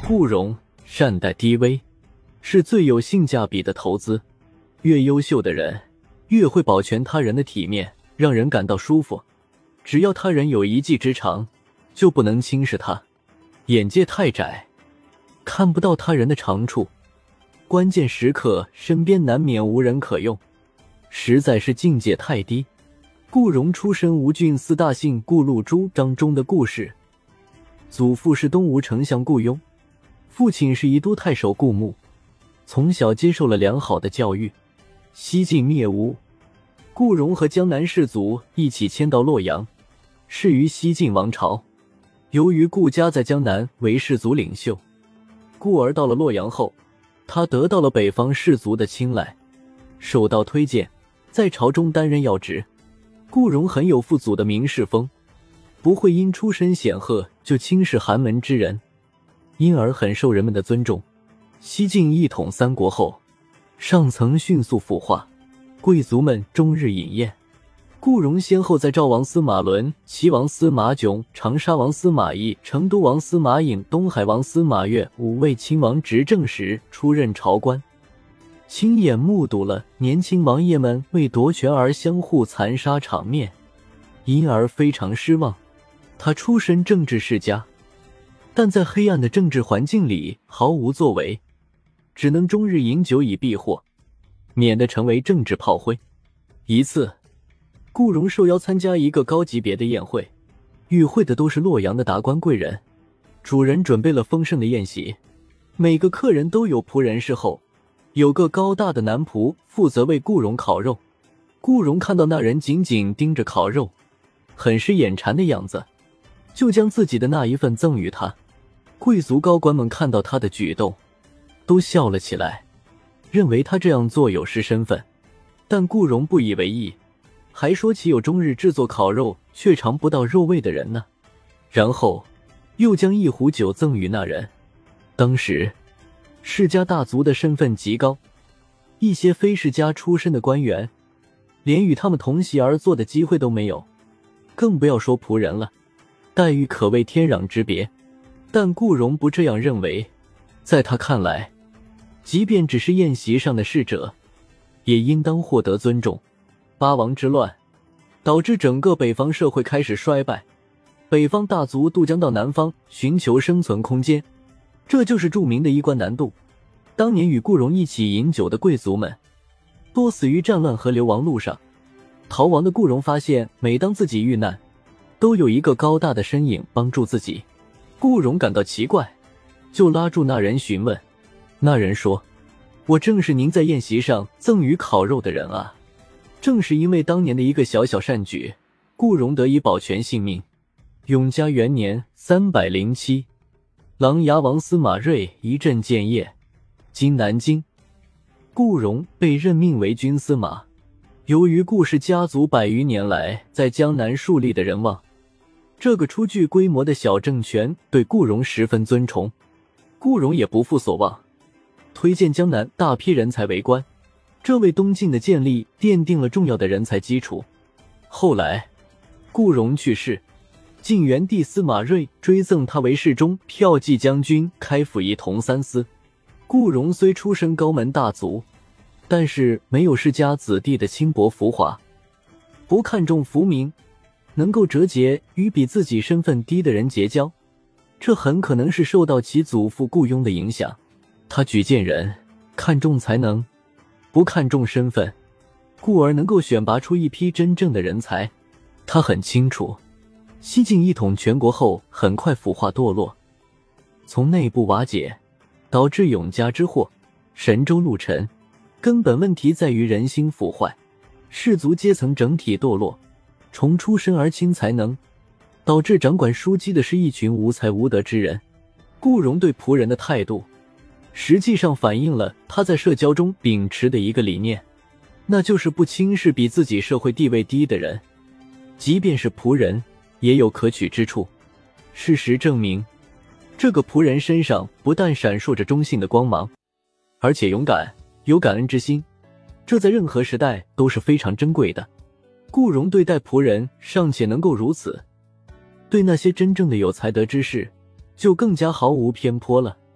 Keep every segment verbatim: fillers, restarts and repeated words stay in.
顾荣善待低微，是最有性价比的投资。越优秀的人，越会保全他人的体面，让人感到舒服。只要他人有一技之长，就不能轻视他。眼界太窄，看不到他人的长处，关键时刻身边难免无人可用，实在是境界太低。顾荣出身吴郡四大姓顾禄珠当中的顾氏，祖父是东吴丞相顾雍，父亲是宜都太守顾牧，从小接受了良好的教育。西晋灭吴，顾荣和江南士族一起迁到洛阳，仕于西晋王朝。由于顾家在江南为士族领袖，故而到了洛阳后，他得到了北方士族的青睐，受到推荐，在朝中担任要职。顾荣很有父祖的名士风，不会因出身显赫就轻视寒门之人，因而很受人们的尊重。西晋一统三国后，上层迅速腐化，贵族们终日饮宴。顾荣先后在赵王司马伦、齐王司马囧、长沙王司马懿、成都王司马颖、东海王司马越五位亲王执政时出任朝官，亲眼目睹了年轻王爷们为夺权而相互残杀场面，因而非常失望。他出身政治世家，但在黑暗的政治环境里毫无作为，只能终日饮酒以避祸，免得成为政治炮灰。一次，顾荣受邀参加一个高级别的宴会，与会的都是洛阳的达官贵人，主人准备了丰盛的宴席，每个客人都有仆人侍候，有个高大的男仆负责为顾荣烤肉。顾荣看到那人紧紧盯着烤肉，很是眼馋的样子，就将自己的那一份赠予他。贵族高官们看到他的举动，都笑了起来，认为他这样做有失身份，但顾荣不以为意，还说岂有终日制作烤肉却尝不到肉味的人呢？然后又将一壶酒赠予那人。当时世家大族的身份极高，一些非世家出身的官员连与他们同席而坐的机会都没有，更不要说仆人了，待遇可谓天壤之别。但顾荣不这样认为，在他看来，即便只是宴席上的侍者，也应当获得尊重。八王之乱导致整个北方社会开始衰败，北方大族渡江到南方寻求生存空间，这就是著名的衣冠南渡。当年与顾荣一起饮酒的贵族们多死于战乱和流亡路上，逃亡的顾荣发现每当自己遇难，都有一个高大的身影帮助自己。顾荣感到奇怪，就拉住那人询问。那人说，我正是您在宴席上赠予烤肉的人啊。正是因为当年的一个小小善举，顾荣得以保全性命。永嘉元年三百零七，琅琊王司马睿一阵建业，经南京，顾荣被任命为军司马。由于顾氏家族百余年来在江南树立的人望，这个初具规模的小政权对顾荣十分尊崇。顾荣也不负所望，推荐江南大批人才为官，这为东晋的建立奠定了重要的人才基础。后来顾荣去世，晋元帝司马睿追赠他为侍中、骠骑将军、开府仪同三司。顾荣虽出身高门大族，但是没有世家子弟的轻薄浮华，不看重浮名，能够折节与比自己身份低的人结交，这很可能是受到其祖父顾雍的影响。他举荐人，看重才能，不看重身份，故而能够选拔出一批真正的人才。他很清楚，西晋一统全国后很快腐化堕落，从内部瓦解，导致永嘉之祸，神州陆沉。根本问题在于人心腐坏，士族阶层整体堕落，从出身而轻才能，导致掌管枢机的是一群无才无德之人。顾荣对仆人的态度，实际上反映了他在社交中秉持的一个理念，那就是不轻视比自己社会地位低的人，即便是仆人也有可取之处。事实证明，这个仆人身上不但闪烁着忠信的光芒，而且勇敢，有感恩之心，这在任何时代都是非常珍贵的。顾荣对待仆人尚且能够如此，对那些真正的有才德之士就更加毫无偏颇了。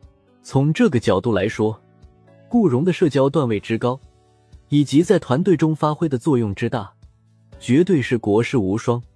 从这个角度来说，顾荣的社交段位之高，以及在团队中发挥的作用之大，绝对是国士无双。